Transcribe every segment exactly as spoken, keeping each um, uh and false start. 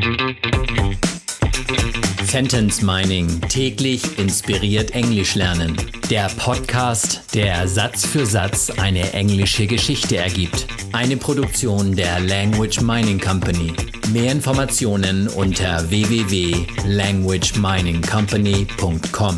Sentence Mining. Täglich inspiriert Englisch lernen. Der Podcast, der Satz für Satz eine englische Geschichte ergibt. Eine Produktion der Language Mining Company. Mehr Informationen unter w w w punkt language mining company punkt com.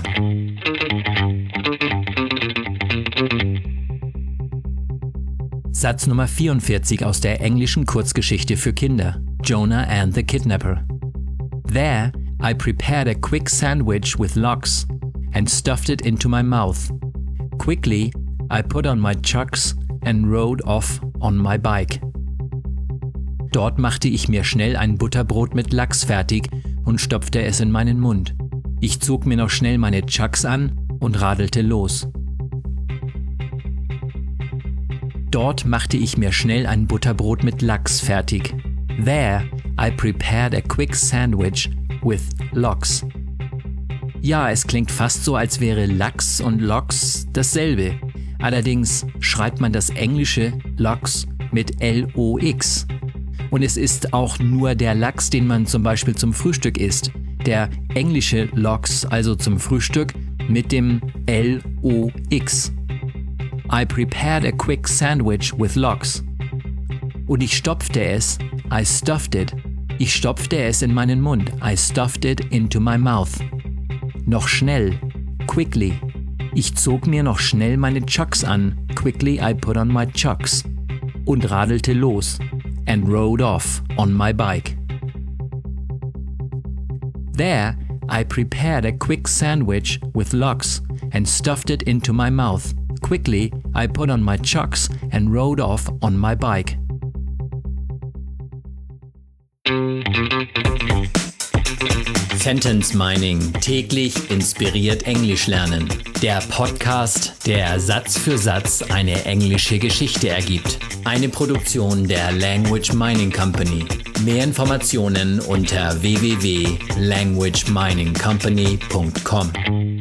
Satz Nummer vierundvierzig aus der englischen Kurzgeschichte für Kinder. Jonah and the Kidnapper. There, I prepared a quick sandwich with lox and stuffed it into my mouth. Quickly, I put on my chucks and rode off on my bike. Dort machte ich mir schnell ein Butterbrot mit Lachs fertig und stopfte es in meinen Mund. Ich zog mir noch schnell meine Chucks an und radelte los. Dort machte ich mir schnell ein Butterbrot mit Lachs fertig. There, I prepared a quick sandwich with lox. Ja, es klingt fast so, als wäre Lachs und Lox dasselbe. Allerdings schreibt man das englische Lox mit L O X. Und es ist auch nur der Lachs, den man zum Beispiel zum Frühstück isst. Der englische Lox, also zum Frühstück, mit dem L O X. I prepared a quick sandwich with lox. Und ich stopfte es, I stuffed it. Ich stopfte es in meinen Mund, I stuffed it into my mouth. Noch schnell, quickly. Ich zog mir noch schnell meine Chucks an, quickly I put on my chucks. Und radelte los, and rode off on my bike. There, I prepared a quick sandwich with lox and stuffed it into my mouth. Quickly, I put on my chucks and rode off on my bike. Sentence Mining. Täglich inspiriert Englisch lernen. Der Podcast, der Satz für Satz eine englische Geschichte ergibt. Eine Produktion der Language Mining Company. Mehr Informationen unter w w w punkt language mining company punkt com.